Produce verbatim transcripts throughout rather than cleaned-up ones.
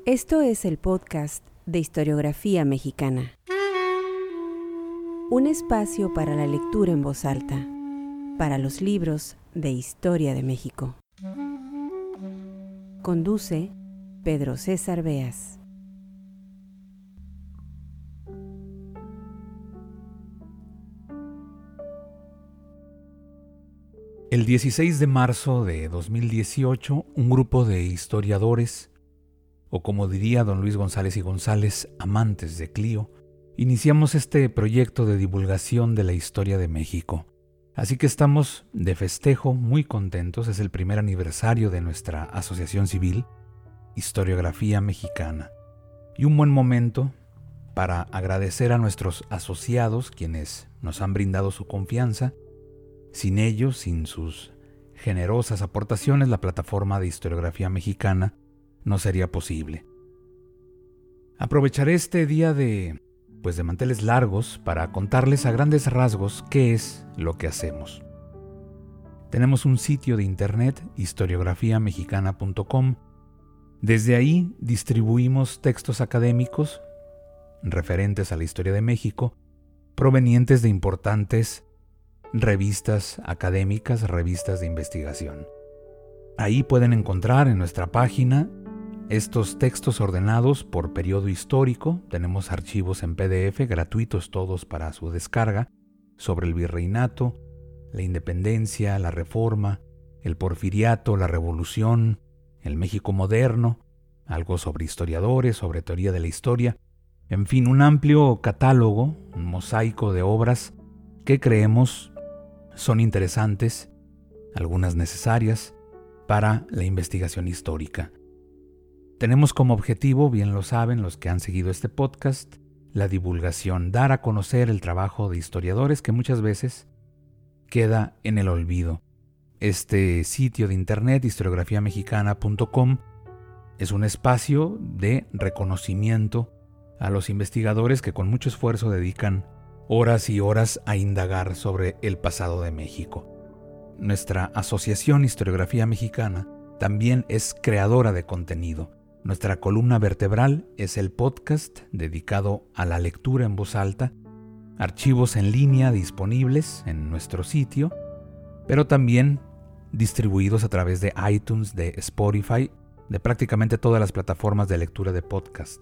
Esto es el podcast de Historiografía Mexicana. Un espacio para la lectura en voz alta, para los libros de Historia de México. Conduce Pedro César Beas. El dieciséis de marzo de dos mil dieciocho, un grupo de historiadores, o como diría don Luis González y González, amantes de Clio, iniciamos este proyecto de divulgación de la historia de México. Así que estamos de festejo, muy contentos. Es el primer aniversario de nuestra asociación civil, Historiografía Mexicana. Y un buen momento para agradecer a nuestros asociados, quienes nos han brindado su confianza. Sin ellos, sin sus generosas aportaciones, la plataforma de Historiografía Mexicana no sería posible. Aprovecharé este día de, pues de manteles largos para contarles a grandes rasgos qué es lo que hacemos. Tenemos un sitio de internet, historiografía mexicana punto com. Desde ahí distribuimos textos académicos referentes a la historia de México, provenientes de importantes revistas académicas, revistas de investigación. Ahí pueden encontrar en nuestra página estos textos ordenados por periodo histórico. Tenemos archivos en P D F gratuitos todos para su descarga sobre el virreinato, la independencia, la reforma, el porfiriato, la revolución, el México moderno, algo sobre historiadores, sobre teoría de la historia, en fin, un amplio catálogo, un mosaico de obras que creemos son interesantes, algunas necesarias, para la investigación histórica. Tenemos como objetivo, bien lo saben los que han seguido este podcast, la divulgación, dar a conocer el trabajo de historiadores que muchas veces queda en el olvido. Este sitio de internet, historiografía mexicana punto com, es un espacio de reconocimiento a los investigadores que con mucho esfuerzo dedican horas y horas a indagar sobre el pasado de México. Nuestra asociación Historiografía Mexicana también es creadora de contenido. Nuestra columna vertebral es el podcast dedicado a la lectura en voz alta, archivos en línea disponibles en nuestro sitio, pero también distribuidos a través de iTunes, de Spotify, de prácticamente todas las plataformas de lectura de podcast.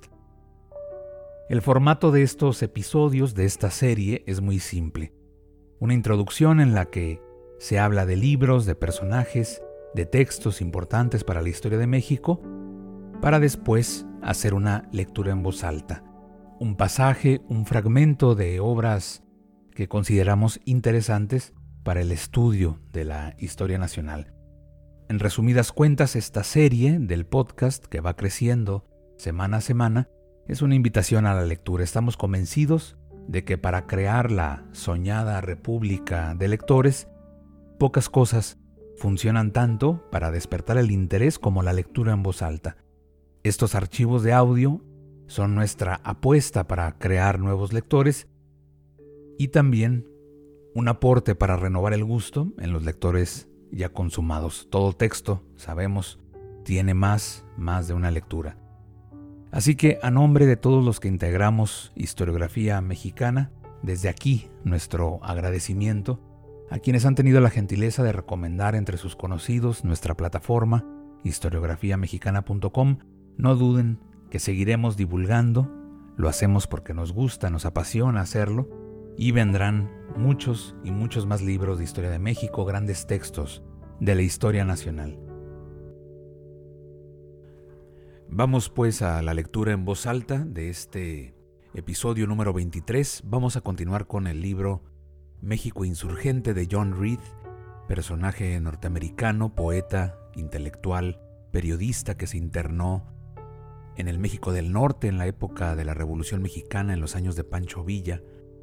El formato de estos episodios de esta serie es muy simple. Una introducción en la que se habla de libros, de personajes, de textos importantes para la historia de México, para después hacer una lectura en voz alta. Un pasaje, un fragmento de obras que consideramos interesantes para el estudio de la historia nacional. En resumidas cuentas, esta serie del podcast, que va creciendo semana a semana, es una invitación a la lectura. Estamos convencidos de que para crear la soñada república de lectores, pocas cosas funcionan tanto para despertar el interés como la lectura en voz alta. Estos archivos de audio son nuestra apuesta para crear nuevos lectores y también un aporte para renovar el gusto en los lectores ya consumados. Todo texto, sabemos, tiene más, más de una lectura. Así que, a nombre de todos los que integramos Historiografía Mexicana, desde aquí nuestro agradecimiento a quienes han tenido la gentileza de recomendar entre sus conocidos nuestra plataforma, historiografía mexicana punto com. No duden que seguiremos divulgando, lo hacemos porque nos gusta, nos apasiona hacerlo, y vendrán muchos y muchos más libros de historia de México, grandes textos de la historia nacional. Vamos pues a la lectura en voz alta de este episodio número veintitrés. Vamos a continuar con el libro México Insurgente de John Reed, personaje norteamericano, poeta, intelectual, periodista que se internó en el México del Norte en la época de la Revolución Mexicana, en los años de Pancho Villa,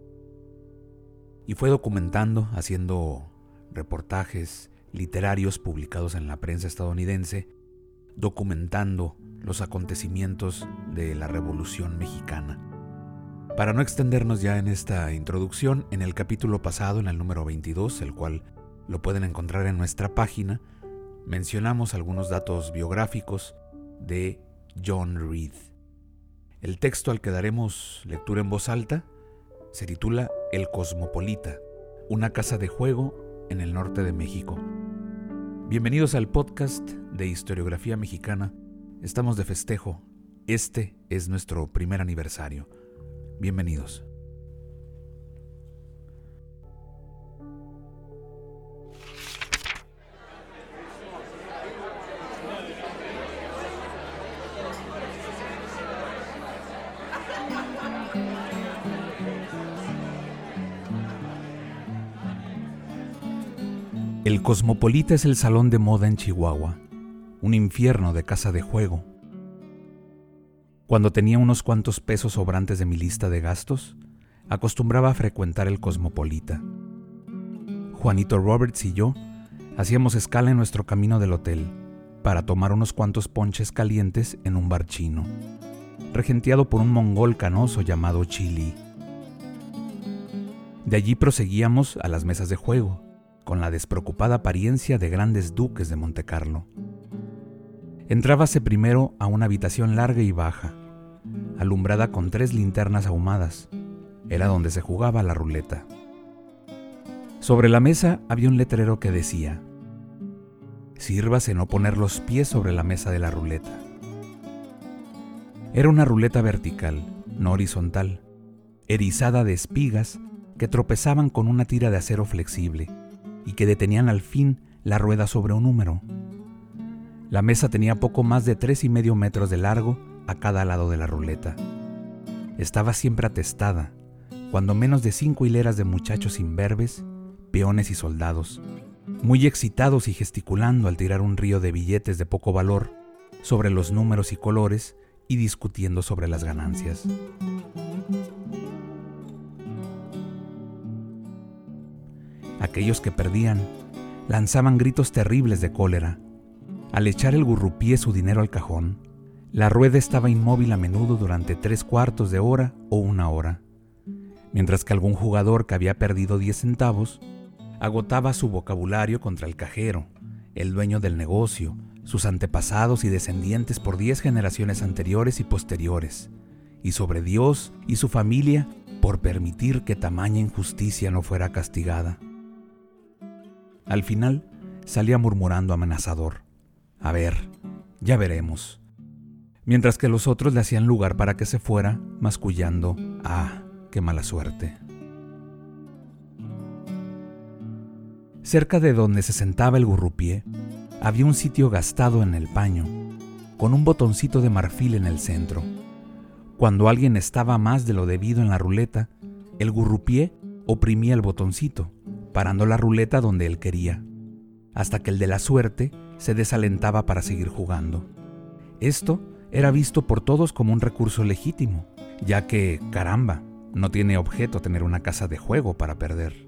y fue documentando, haciendo reportajes literarios publicados en la prensa estadounidense, documentando los acontecimientos de la Revolución Mexicana. Para no extendernos ya en esta introducción, en el capítulo pasado, en el número veintidós, el cual lo pueden encontrar en nuestra página, mencionamos algunos datos biográficos de John Reed. El texto al que daremos lectura en voz alta se titula El Cosmopolita, una casa de juego en el norte de México. Bienvenidos al podcast de Historiografía Mexicana. Estamos de festejo. Este es nuestro primer aniversario. Bienvenidos. El Cosmopolita es el salón de moda en Chihuahua, un infierno de casa de juego. Cuando tenía unos cuantos pesos sobrantes de mi lista de gastos, acostumbraba a frecuentar el Cosmopolita. Juanito Roberts y yo hacíamos escala en nuestro camino del hotel para tomar unos cuantos ponches calientes en un bar chino, regenteado por un mongol canoso llamado Chili. De allí proseguíamos a las mesas de juego, con la despreocupada apariencia de grandes duques de Montecarlo. Entrábase primero a una habitación larga y baja, alumbrada con tres linternas ahumadas. Era donde se jugaba la ruleta. Sobre la mesa había un letrero que decía: sírvase no poner los pies sobre la mesa de la ruleta. Era una ruleta vertical, no horizontal, erizada de espigas que tropezaban con una tira de acero flexible y que detenían al fin la rueda sobre un número. La mesa tenía poco más de tres y medio metros de largo a cada lado de la ruleta. Estaba siempre atestada, cuando menos de cinco hileras de muchachos imberbes, peones y soldados, muy excitados y gesticulando al tirar un río de billetes de poco valor sobre los números y colores y discutiendo sobre las ganancias. Aquellos que perdían lanzaban gritos terribles de cólera. Al echar el gurrupié su dinero al cajón, la rueda estaba inmóvil a menudo durante tres cuartos de hora o una hora, mientras que algún jugador que había perdido diez centavos agotaba su vocabulario contra el cajero, el dueño del negocio, sus antepasados y descendientes por diez generaciones anteriores y posteriores, y sobre Dios y su familia por permitir que tamaña injusticia no fuera castigada. Al final, salía murmurando amenazador: a ver, ya veremos. Mientras que los otros le hacían lugar para que se fuera, mascullando: ah, qué mala suerte. Cerca de donde se sentaba el gurrupié, había un sitio gastado en el paño, con un botoncito de marfil en el centro. Cuando alguien estaba más de lo debido en la ruleta, el gurrupié oprimía el botoncito, parando la ruleta donde él quería, hasta que el de la suerte se desalentaba para seguir jugando. Esto era visto por todos como un recurso legítimo, ya que, caramba, no tiene objeto tener una casa de juego para perder.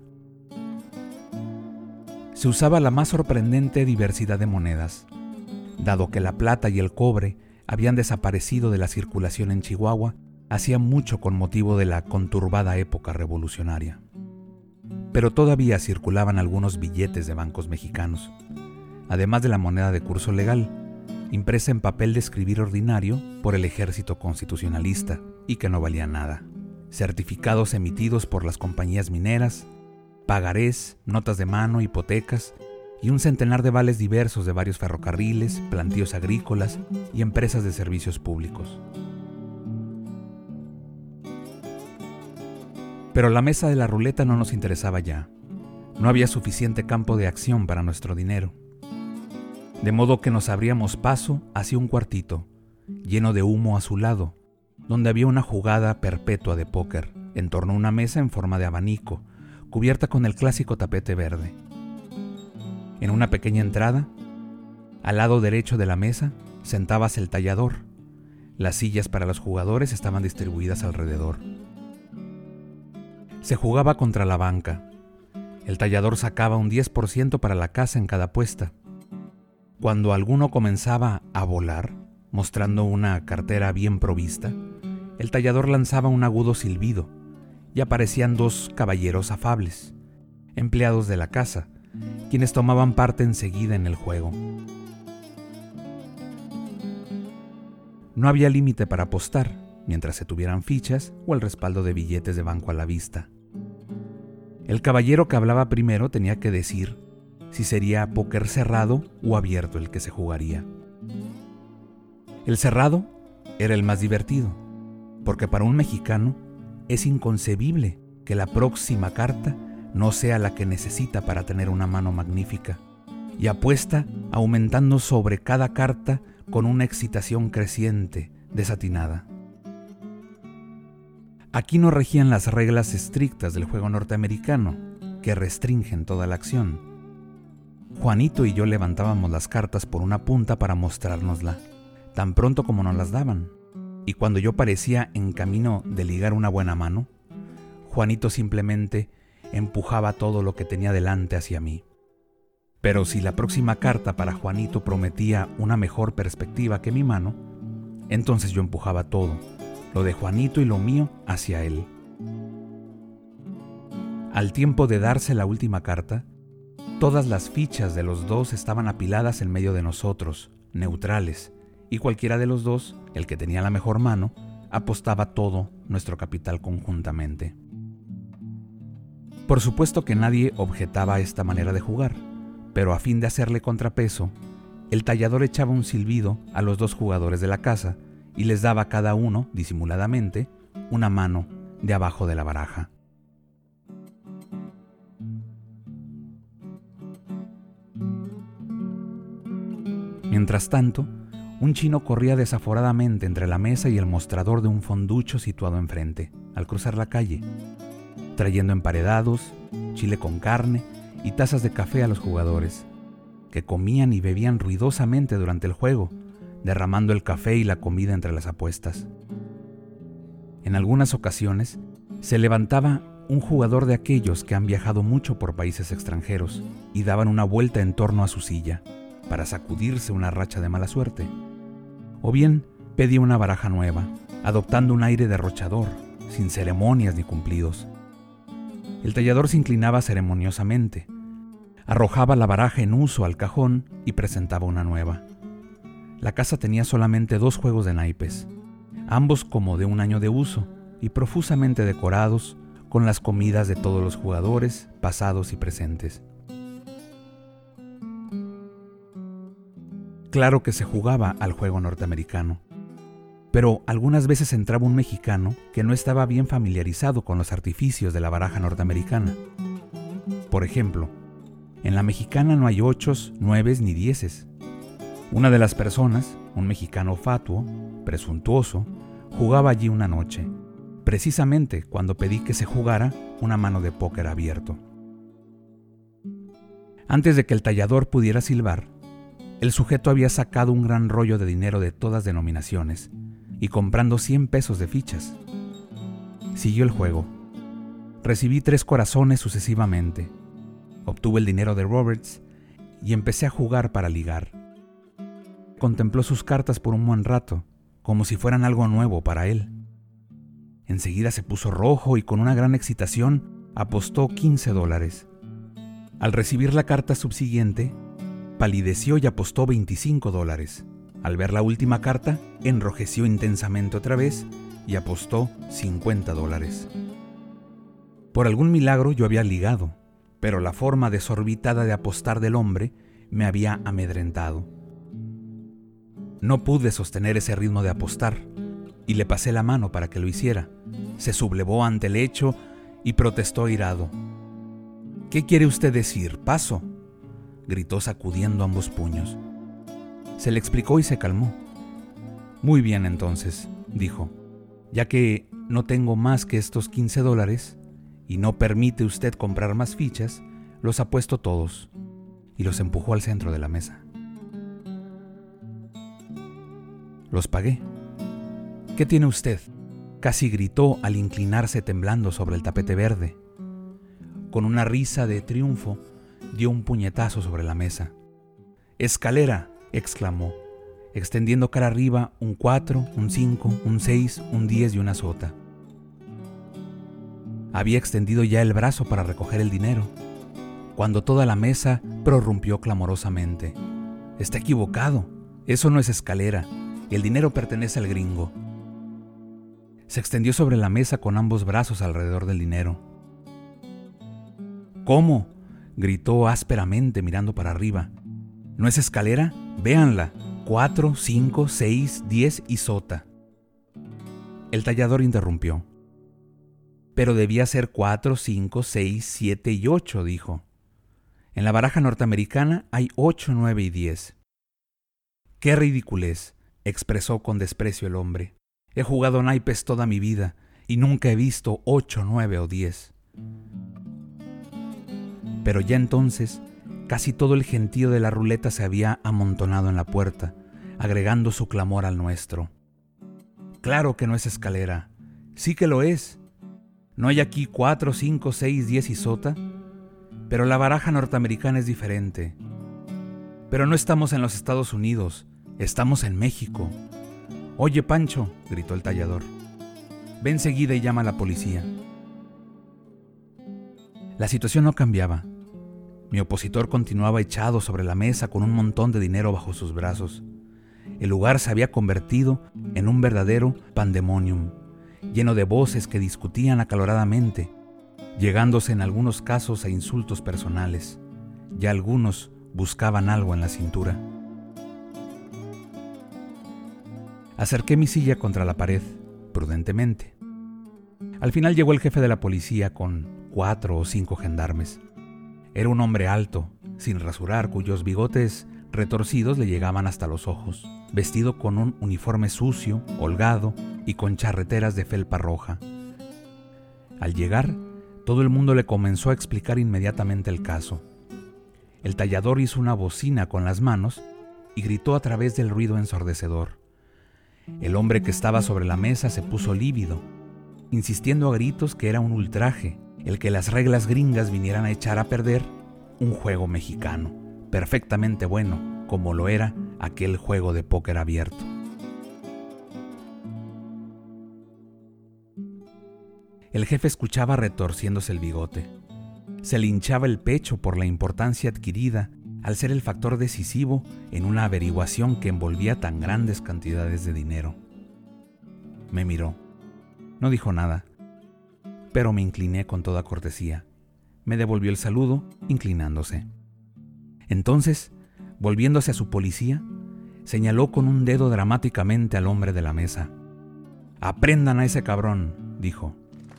Se usaba la más sorprendente diversidad de monedas, dado que la plata y el cobre habían desaparecido de la circulación en Chihuahua hacía mucho con motivo de la conturbada época revolucionaria. Pero todavía circulaban algunos billetes de bancos mexicanos, además de la moneda de curso legal, impresa en papel de escribir ordinario por el ejército constitucionalista y que no valía nada, certificados emitidos por las compañías mineras, pagarés, notas de mano, hipotecas y un centenar de vales diversos de varios ferrocarriles, plantíos agrícolas y empresas de servicios públicos. Pero la mesa de la ruleta no nos interesaba ya. No había suficiente campo de acción para nuestro dinero. De modo que nos abríamos paso hacia un cuartito, lleno de humo azulado, donde había una jugada perpetua de póker, en torno a una mesa en forma de abanico, cubierta con el clásico tapete verde. En una pequeña entrada, al lado derecho de la mesa, sentábase el tallador. Las sillas para los jugadores estaban distribuidas alrededor. Se jugaba contra la banca. El tallador sacaba un diez por ciento para la casa en cada apuesta. Cuando alguno comenzaba a volar, mostrando una cartera bien provista, el tallador lanzaba un agudo silbido y aparecían dos caballeros afables, empleados de la casa, quienes tomaban parte enseguida en el juego. No había límite para apostar, mientras se tuvieran fichas o el respaldo de billetes de banco a la vista. El caballero que hablaba primero tenía que decir si sería póker cerrado o abierto el que se jugaría. El cerrado era el más divertido, porque para un mexicano es inconcebible que la próxima carta no sea la que necesita para tener una mano magnífica, y apuesta aumentando sobre cada carta con una excitación creciente, desatinada. Aquí no regían las reglas estrictas del juego norteamericano, que restringen toda la acción. Juanito y yo levantábamos las cartas por una punta para mostrárnosla, tan pronto como nos las daban, y cuando yo parecía en camino de ligar una buena mano, Juanito simplemente empujaba todo lo que tenía delante hacia mí. Pero si la próxima carta para Juanito prometía una mejor perspectiva que mi mano, entonces yo empujaba todo, lo de Juanito y lo mío, hacia él. Al tiempo de darse la última carta, todas las fichas de los dos estaban apiladas en medio de nosotros, neutrales, y cualquiera de los dos, el que tenía la mejor mano, apostaba todo nuestro capital conjuntamente. Por supuesto que nadie objetaba esta manera de jugar, pero a fin de hacerle contrapeso, el tallador echaba un silbido a los dos jugadores de la casa y les daba a cada uno, disimuladamente, una mano de abajo de la baraja. Mientras tanto, un chino corría desaforadamente entre la mesa y el mostrador de un fonducho situado enfrente, al cruzar la calle, trayendo emparedados, chile con carne y tazas de café a los jugadores, que comían y bebían ruidosamente durante el juego, derramando el café y la comida entre las apuestas. En algunas ocasiones, se levantaba un jugador de aquellos que han viajado mucho por países extranjeros y daban una vuelta en torno a su silla, para sacudirse una racha de mala suerte. O bien pedía una baraja nueva, adoptando un aire derrochador, sin ceremonias ni cumplidos. El tallador se inclinaba ceremoniosamente, arrojaba la baraja en uso al cajón y presentaba una nueva. La casa tenía solamente dos juegos de naipes, ambos como de un año de uso y profusamente decorados con las comidas de todos los jugadores, pasados y presentes. Claro que se jugaba al juego norteamericano, pero algunas veces entraba un mexicano que no estaba bien familiarizado con los artificios de la baraja norteamericana. Por ejemplo, en la mexicana no hay ochos, nueves ni dieces. Una de las personas, un mexicano fatuo, presuntuoso, jugaba allí una noche, precisamente cuando pedí que se jugara una mano de póker abierto. Antes de que el tallador pudiera silbar, el sujeto había sacado un gran rollo de dinero de todas denominaciones y comprando cien pesos de fichas. Siguió el juego. Recibí tres corazones sucesivamente. Obtuve el dinero de Roberts y empecé a jugar para ligar. Contempló sus cartas por un buen rato, como si fueran algo nuevo para él. Enseguida se puso rojo y con una gran excitación apostó quince dólares. Al recibir la carta subsiguiente, palideció y apostó veinticinco dólares. Al ver la última carta, enrojeció intensamente otra vez y apostó cincuenta dólares. Por algún milagro yo había ligado, pero la forma desorbitada de apostar del hombre me había amedrentado. No pude sostener ese ritmo de apostar y le pasé la mano para que lo hiciera. Se sublevó ante el hecho y protestó airado. «¿Qué quiere usted decir? ¡Paso!», gritó sacudiendo ambos puños. Se le explicó y se calmó. «Muy bien, entonces», dijo, «ya que no tengo más que estos quince dólares y no permite usted comprar más fichas, los apuesto todos», y los empujó al centro de la mesa. Los pagué. «¿Qué tiene usted?», casi gritó al inclinarse temblando sobre el tapete verde. Con una risa de triunfo, dio un puñetazo sobre la mesa. «¡Escalera!», exclamó, extendiendo cara arriba un cuatro, un cinco, un seis, un diez y una sota. Había extendido ya el brazo para recoger el dinero, cuando toda la mesa prorrumpió clamorosamente. «Está equivocado, eso no es escalera, El dinero pertenece al gringo. Se extendió sobre la mesa con ambos brazos alrededor del dinero. ¿Cómo?, gritó ásperamente mirando para arriba. ¿No es escalera? Véanla. Cuatro, cinco, seis, diez y sota. El tallador interrumpió. Pero debía ser cuatro, cinco, seis, siete y ocho, dijo. En la baraja norteamericana hay ocho, nueve y diez. ¡Qué ridiculez!, expresó con desprecio el hombre. He jugado naipes toda mi vida y nunca he visto ocho, nueve o diez. Pero ya entonces, casi todo el gentío de la ruleta se había amontonado en la puerta, agregando su clamor al nuestro. Claro que no es escalera. Sí que lo es. ¿No hay aquí cuatro, cinco, seis, diez y sota? Pero la baraja norteamericana es diferente. Pero no estamos en los Estados Unidos, estamos en México. Oye, Pancho, gritó el tallador, ve enseguida y llama a la policía. La situación no cambiaba. Mi opositor continuaba echado sobre la mesa con un montón de dinero bajo sus brazos. El lugar se había convertido en un verdadero pandemonium, lleno de voces que discutían acaloradamente, llegándose en algunos casos a insultos personales. Ya algunos buscaban algo en la cintura. Acerqué mi silla contra la pared, prudentemente. Al final llegó el jefe de la policía con cuatro o cinco gendarmes. Era un hombre alto, sin rasurar, cuyos bigotes retorcidos le llegaban hasta los ojos, vestido con un uniforme sucio, holgado y con charreteras de felpa roja. Al llegar, todo el mundo le comenzó a explicar inmediatamente el caso. El tallador hizo una bocina con las manos y gritó a través del ruido ensordecedor. El hombre que estaba sobre la mesa se puso lívido, insistiendo a gritos que era un ultraje el que las reglas gringas vinieran a echar a perder un juego mexicano, perfectamente bueno, como lo era aquel juego de póker abierto. El jefe escuchaba retorciéndose el bigote. Se le hinchaba el pecho por la importancia adquirida al ser el factor decisivo en una averiguación que envolvía tan grandes cantidades de dinero. Me miró. No dijo nada, pero me incliné con toda cortesía. Me devolvió el saludo, inclinándose. Entonces, volviéndose a su policía, señaló con un dedo dramáticamente al hombre de la mesa. «Aprendan a ese cabrón», dijo.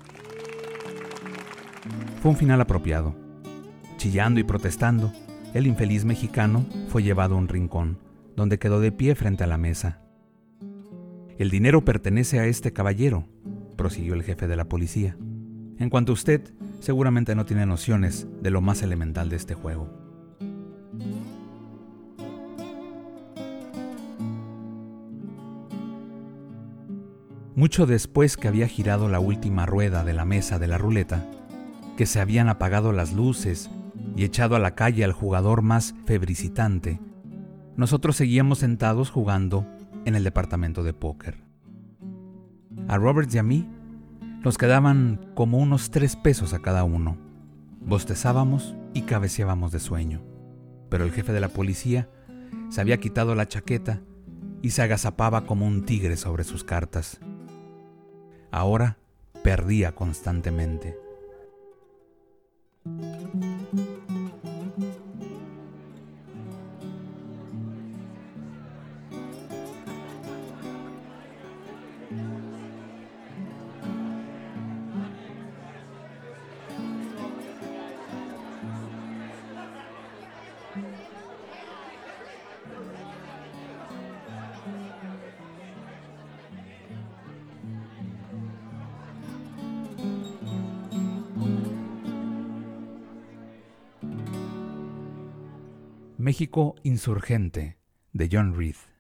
Fue un final apropiado. Chillando y protestando, el infeliz mexicano fue llevado a un rincón, donde quedó de pie frente a la mesa. «El dinero pertenece a este caballero», prosiguió el jefe de la policía. «En cuanto a usted, seguramente no tiene nociones de lo más elemental de este juego». Mucho después que había girado la última rueda de la mesa de la ruleta, que se habían apagado las luces y echado a la calle al jugador más febricitante, nosotros seguíamos sentados jugando en el departamento de póker. A Roberts y a mí nos quedaban como unos tres pesos a cada uno. Bostezábamos y cabeceábamos de sueño, pero el jefe de la policía se había quitado la chaqueta y se agazapaba como un tigre sobre sus cartas. Ahora perdía constantemente. México insurgente, de John Reed.